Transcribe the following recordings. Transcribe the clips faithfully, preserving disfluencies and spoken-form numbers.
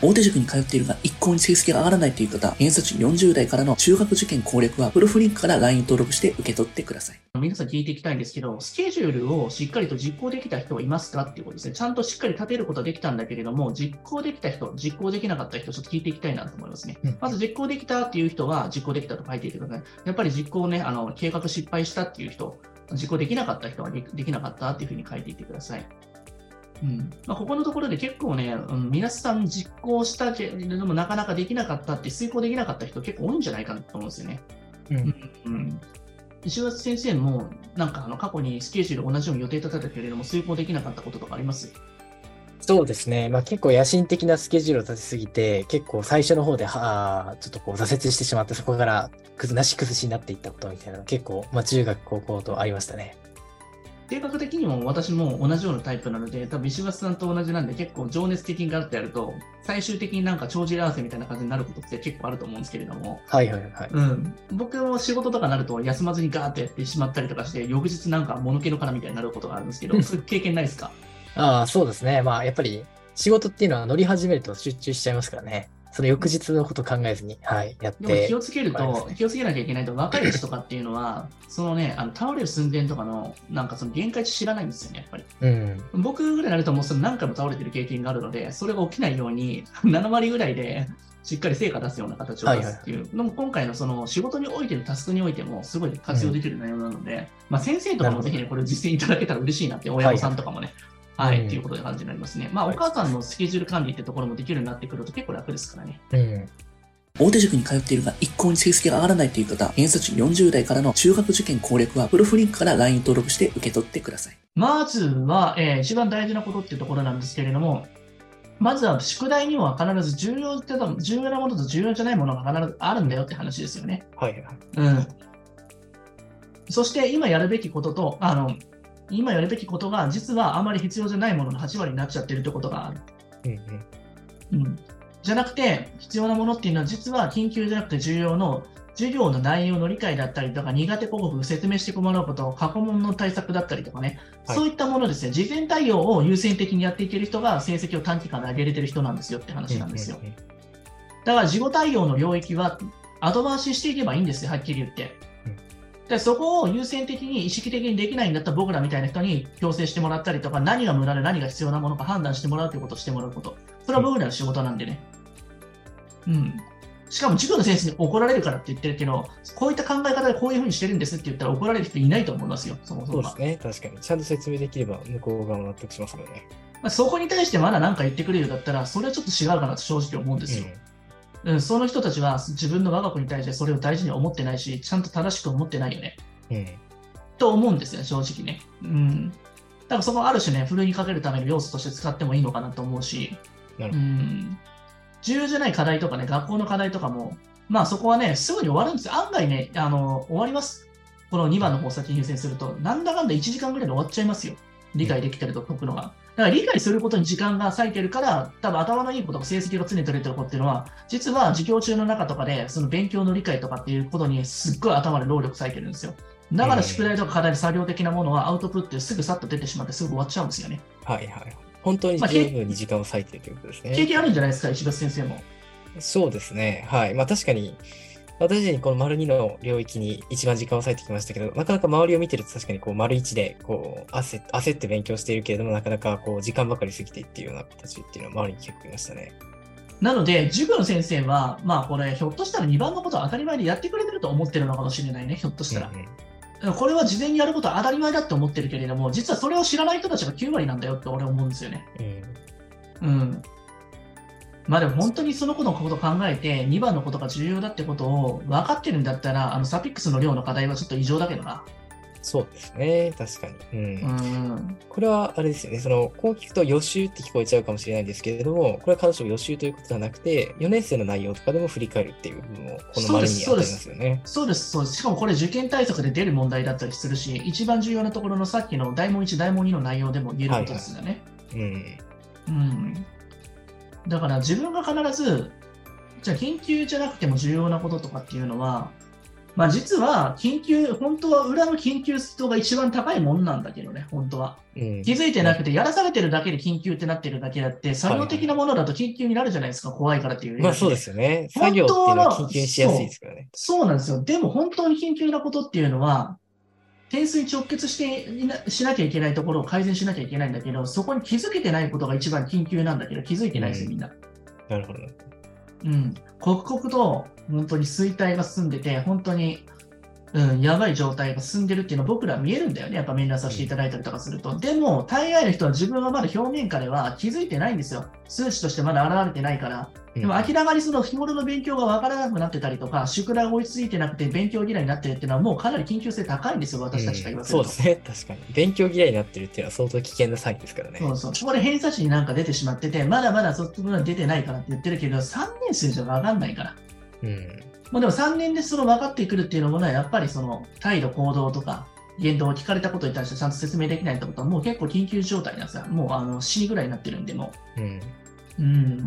大手塾に通っているが一向に成績が上がらないという方、偏差値よんじゅう代からの中学受験攻略はプロフリンクから ライン 登録して受け取ってください。 皆さん聞いていきたいんですけど、スケジュールをしっかりと実行できた人はいますかっていうことですね。ちゃんとしっかり立てることはできたんだけれども、実行できた人、実行できなかった人、ちょっと聞いていきたいなと思いますね。うん、まず実行できたっていう人は、実行できたと書いていてください。やっぱり実行ね、あの、計画失敗したっていう人、実行できなかった人はできなかったっていうふうに書いていってください。うんまあ、ここのところで結構ね、うん、皆さん実行したけれどもなかなかできなかったって、遂行できなかった人結構多いんじゃないかなと思うんですよね。うんうん、石橋先生もなんかあの過去にスケジュール同じように予定立てたけれども遂行できなかったこととかあります？ そうですね。まあ結構野心的なスケジュールを立てすぎて、結構最初の方で、はあ、ちょっとこう挫折してしまって、そこからくずなし崩しになっていったことみたいなの結構、まあ中学、高校とありましたね。 性格的にも私も同じようなタイプなので、多分石橋さんと同じなんで結構情熱的にガッとやると、最終的になんか帳尻合わせみたいな感じになることって結構あると思うんですけれども、 はいはいはい。 うん、僕も仕事とかになると休まずにガーッとやってしまったりとかして、翌日なんか物気の殻みたいになることがあるんですけど、そういう経験ないですか？ ああ、そうですね。まあやっぱり仕事っていうのは乗り始めると集中しちゃいますからね。その翌日のこと考えずに、はい、やって。 でも気をつけると、気をつけなきゃいけないと、若いうちとかっていうのは、そのね、あの倒れる寸前とかの、なんかその限界値知らないんですよね、やっぱり。 うん、 僕ぐらいになると、もうその何回も倒れてる経験があるので、それが起きないように、なな割ぐらいでしっかり成果出すような形を出すっていうのも、今回のその仕事においてのタスクにおいても、すごい活用できる内容なので、うん、まあ先生とかもぜひね、これ実践いただけたら嬉しいなって、親御さんとかもね。はい、はい、っていうことで感じになりますね。まあ、お母さんのスケジュール管理ってところもできるようになってくると結構楽ですからね。 うん大手塾に通っているが一向に成績が上がらないという方、偏差値よんじゅう代からの中学受験攻略はプロフリンクから ライン 登録して受け取ってください。 まずは、えー、一番大事なことっていうところなんですけれども、まずは宿題には必ず重要って重要なものと重要じゃないものが必ずあるんだよって話ですよね。 はいはい。 うん。そして今やるべきことと、あの、今やるべきことが実はあまり必要じゃないもののはち割になっちゃってるってことがある。うん、うんうんじゃなくて、必要なものっていうのは、実は緊急じゃなくて重要の授業の内容の理解だったりとか、苦手項目説明してもらうこと、過去問の対策だったりとかね、はい、そういったものですね、事前対応を優先的にやっていける人が成績を短期間で上げれてる人なんですよって話なんですよ。だから、事後対応の領域は後回ししていけばいいんですよ、はっきり言って。でそこを優先的に意識的にできないんだったら僕らみたいな人に強制してもらったりとか、何が無駄で何が必要なものか判断してもらうということをしてもらうこと。それは僕らの仕事なんでね。うん。しかも授業の先生に怒られるからって言ってるけど、こういった考え方でこういうふうにしてるんですって言ったら怒られる人いないと思いますよ、そもそも。 そうですね、確かに。ちゃんと説明できれば向こう側も納得しますよね。 まあ、そこに対してまだ何か言ってくれるだったら、それはちょっと違うかなと正直思うんですよ。うんうん、その人たちは自分の我が子に対してそれを大事に思ってないし、ちゃんと正しく思ってないよね。うん、と思うんですよね、正直ね。うん。だからそこはある種ね、ふるいにかけるための要素として使ってもいいのかなと思うし、 なるほど。うん重要じゃない課題とかね、学校の課題とかも、まあそこはね、すぐに終わるんですよ。案外ね、あの、終わります。このにばんの方先に優先すると、なんだかんだいちじかんぐらいで終わっちゃいますよ。理解できてると解くのが。だから理解することに時間が割いてるから、多分頭のいいことが成績が常に取れてる子っていうのは、実は授業中の中とかで、その勉強の理解とかっていうことにすっごい頭で労力割いてるんですよ。だから宿題とか課題で作業的なものはアウトプットですぐさっと出てしまってすぐ終わっちゃうんですよね。 はいはい。本当に十分に時間を割いてるということですね。 まあ、経験あるんじゃないですか、石橋先生も。 そうですね。はい。まあ確かに、私自身この丸にの領域に一番時間を割いてきましたけど、なかなか周りを見てると確かにこう丸いちでこう焦焦って勉強しているけれども、なかなかこう時間ばかり過ぎてっていうような形っていうのは周りに結構いましたね。 なので、授業の先生は、まあこれ、ひょっとしたらにばんのことは当たり前でやってくれてると思ってるのかもしれないね、ひょっとしたら。うんうん、これは事前にやることは当たり前だって思ってるけれども、実はそれを知らない人たちがきゅう割なんだよって俺は思うんですよね。うん。うんまあでも本当にその子のことを考えてにばんのことが重要だってことを分かってるんだったら、あのサピックスの量の課題はちょっと異常だけどな。 そうですね、確かに。うん。 うん、 これはあれですよね、その、こう聞くと予習って聞こえちゃうかもしれないんですけれども、これは彼女予習ということではなくて、よねん生の内容とかでも振り返るっていう部分を、この丸に当たりますよね。 そうです、そうです。しかもこれ受験対策で出る問題だったりするし、一番重要なところのさっきのだいもんいち、だいもんにの内容でも言えることですよね。はいはい、うん。うんだから自分が必ず、じゃあ緊急じゃなくても重要なこととかっていうのは、 まあ実は、緊急、本当は裏の緊急度が一番高いもんなんだけどね、本当は。うん、気づいてなくて、やらされてるだけで緊急ってなってるだけだって、作業的なものだと緊急になるじゃないですか、はいはい、怖いからっていう。 まあそうですよね。作業っていうのは緊急にしやすいですからね。 そう、そうなんですよ。でも本当に緊急なことっていうのは、点数に直結してしなきゃいけないところを改善しなきゃいけないんだけど、そこに気づけてないことが一番緊急なんだけど、気づいてないですよ、みんな。 なるほど。 うん。刻々と本当に衰退が進んでて、本当に、うん、やばい状態が進んでるっていうのは僕ら見えるんだよね。やっぱ面談させていただいたりとかすると。でも、大概の人は自分はまだ表面下では気づいてないんですよ。数値としてまだ現れてないから。でも明らかにその日頃の勉強が分からなくなってたりとか、宿題が追いついてなくて勉強嫌いになってるっていうのはもうかなり緊急性高いんですよ、私たちが言わせると、 うん、そうですね、確かに。勉強嫌いになってるっていうのは相当危険なサインですからね。 そうそう。そこで偏差値になんか出てしまってて、まだまだそっちの出てないからって言ってるけど、さんねん生じゃ分かんないから。うん。まあでもさんねんでその分かってくるっていうのもね、やっぱりその態度、行動とか、言動を聞かれたことに対してちゃんと説明できないってことはもう結構緊急状態なんですよ。もうあの死にぐらいになってるんで、もう。うん。うん。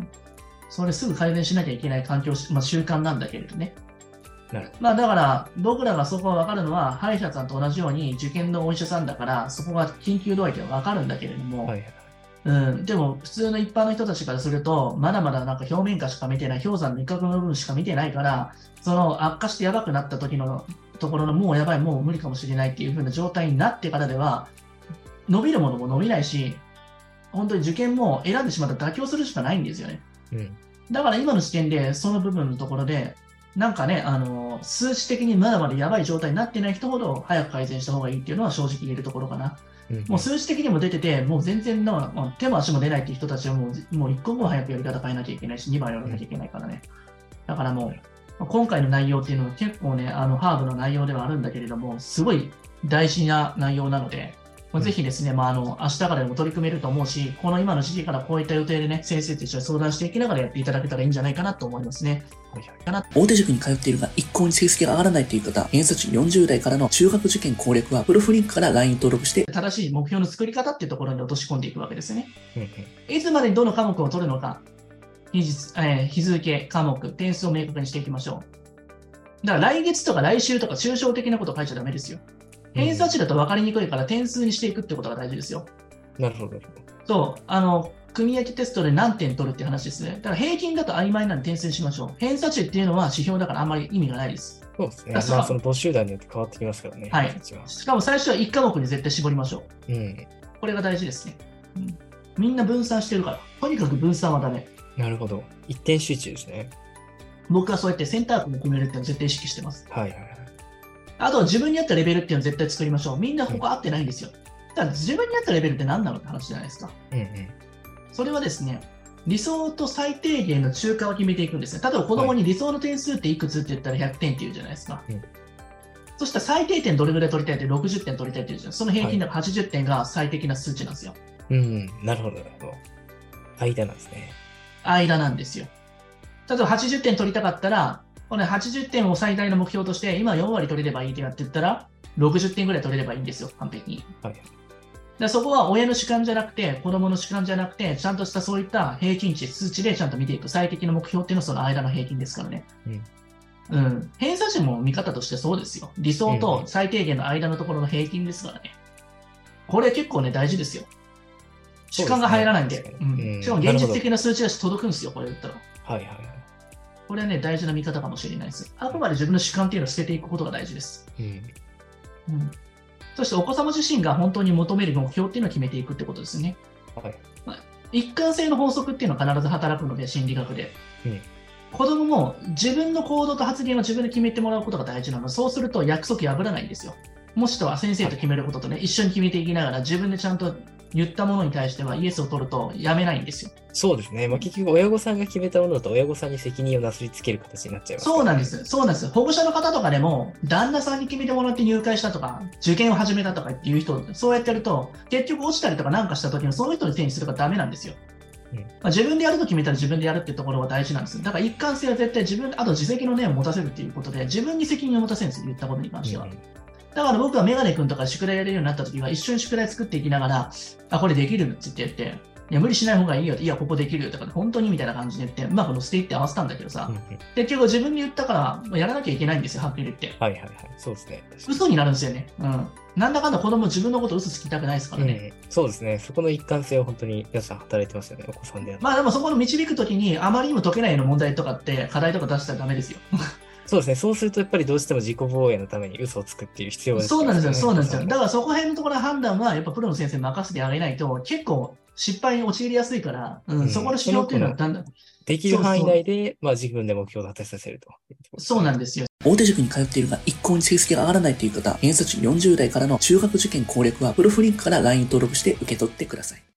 それすぐ改善しなきゃいけない環境、まあ、習慣なんだけれどね。なるほど。まあだから、僕らがそこが分かるのは、歯医者さんと同じように受験のお医者さんだから、そこが緊急度合いって分かるんだけれども、はいはい、うん、でも普通の一般の人たちからすると、まだまだなんか表面下しか見てない、氷山の一角の部分しか見てないから、その悪化してやばくなった時のところのもうやばい、もう無理かもしれないっていう風な状態になってからでは、伸びるものも伸びないし、本当に受験も選んでしまったら妥協するしかないんですよね。うん、だから今の時点でその部分のところで、なんかね、あの、数値的にまだまだやばい状態になってない人ほど早く改善した方がいいっていうのは正直言えるところかな。うん、もう数値的にも出てて、もう全然の、まあ、手も足も出ないっていう人たちはもう、もう一個も早くやり方変えなきゃいけないし、にばんやらなきゃいけないからね。だからもう、今回の内容っていうのは結構ね、あの、ハードな内容ではあるんだけれども、すごい大事な内容なので、ぜひですね、まあ、あの、明日からでも取り組めると思うし、この今の時期からこういった予定でね、先生と一緒に相談していきながらやっていただけたらいいんじゃないかなと思いますね。 大手塾に通っているが一向に成績が上がらないという方、偏差値よんじゅう代からの中学受験攻略は、プロフリンクから ライン 登録して、 正しい目標の作り方っていうところに落とし込んでいくわけですよね。いつまでにどの科目を取るのか、日実、えー、日付、科目、点数を明確にしていきましょう。だから来月とか来週とか抽象的なことを書いちゃダメですよ。偏差値だと分かりにくいから点数にしていくってことが大事ですよ。 なるほど。 そう。あの、組み分けテストで何点取るっていう話ですね。だから平均だと曖昧なんで点数にしましょう。偏差値っていうのは指標だからあんまり意味がないです。 そうですね。まあその母集団によって変わってきますからね。 はい。しかも最初はいち科目に絶対絞りましょう。うん。これが大事ですね。うん。みんな分散してるから。とにかく分散はダメ。 なるほど。一点集中ですね。 僕はそうやってセンター区も決めるっていうのを絶対意識してます。 はいはいはい。 あとは自分に合ったレベルっていうのを絶対作りましょう。みんな他合ってないんですよ。だから自分に合ったレベルって何なのって話じゃないですか。うんうん。それはですね、理想と最低限の中間を決めていくんですね。例えば子供に理想の点数っていくつって言ったらひゃくてんって言うじゃないですか。うん、そしたら最低点どれぐらい取りたいってろくじゅってん取りたいって言うじゃん。その平均だからはちじゅってんが最適な数値なんですよ。 はい、うん、なるほど、なるほど。間なんですね。 間なんですよ。例えばはちじゅってん取りたかったら、このはちじゅってんを最大の目標として、今よん割取れればいいってやって言ったら、ろくじゅってんぐらい取れればいいんですよ、完璧に。はい、でそこは親の主観じゃなくて、子供の主観じゃなくて、ちゃんとしたそういった平均値、数値でちゃんと見ていく。最適な目標っていうのはその間の平均ですからね。うん。うん。偏差値も見方としてそうですよ。理想と最低限の間のところの平均ですからね。これ結構ね、大事ですよ。主観が入らないんで。で、ね、うん。しかも現実的な数値が届くんですよ、これ言ったら。はいはいはい。これはね、大事な見方かもしれないです。あくまで自分の主観っていうのを捨てていくことが大事です。うんうん、そしてお子様自身が本当に求める目標っていうのを決めていくってことですね。はい、まあ、一貫性の法則っていうのは必ず働くので、心理学で。うん、子供も自分の行動と発言を自分で決めてもらうことが大事なので、そうすると約束破らないんですよ。もしくは先生と決めることとね、はい、一緒に決めていきながら自分でちゃんと言ったものに対してはイエスを取るとやめないんですよ。 そうですね。まあ、結局親御さんが決めたものだと親御さんに責任をなすりつける形になっちゃいます、ね。 そうなんです。そうなんです。保護者の方とかでも旦那さんに決めてもらって入会したとか受験を始めたとかっていう人、そうやってやると結局落ちたりとかなんかした時のその人に手にするからダメなんですよ。うん、まあ、自分でやると決めたら自分でやるっていうところが大事なんです。だから一貫性は絶対自分、あと自責の念を持たせるっていうことで自分に責任を持たせるんですよ。言ったことに関しては。うん、だから僕はメガネ君とか宿題やれるようになった時は一緒に宿題作っていきながら、あ、これできるって言って、 いや、無理しない方がいいよって、いや、ここできるよとか、本当にみたいな感じで言って、うまく乗せていって合わせたんだけどさ、 うんうん、 結局自分に言ったから、やらなきゃいけないんですよ、はっきり言って。 はいはいはい。そうですね。 嘘になるんですよね。うん。なんだかんだ子供自分のこと嘘つきたくないですからね。 うん、そうですね。そこの一貫性は本当に皆さん働いてますよね、お子さんである。 まあでもそこの導くときに、あまりにも解けないような問題とかって、課題とか出したらダメですよ。 そうですね。そうするとやっぱりどうしても自己防衛のために嘘をつくっていう必要が出てきますよね。 そうなんですよ、そうなんですよ。だからそこら辺のところの判断は、やっぱプロの先生に任せてあげないと、結構失敗に陥りやすいから、うん、うん、そこの指標っていうのはだんだん。 できる範囲内で、まあ自分で目標を果たさせると。 そうなんですよ。 大手塾に通っているが一向に成績が上がらないという方、偏差値よんじゅう代からの中学受験攻略はプロフリンクから ライン 登録して受け取ってください。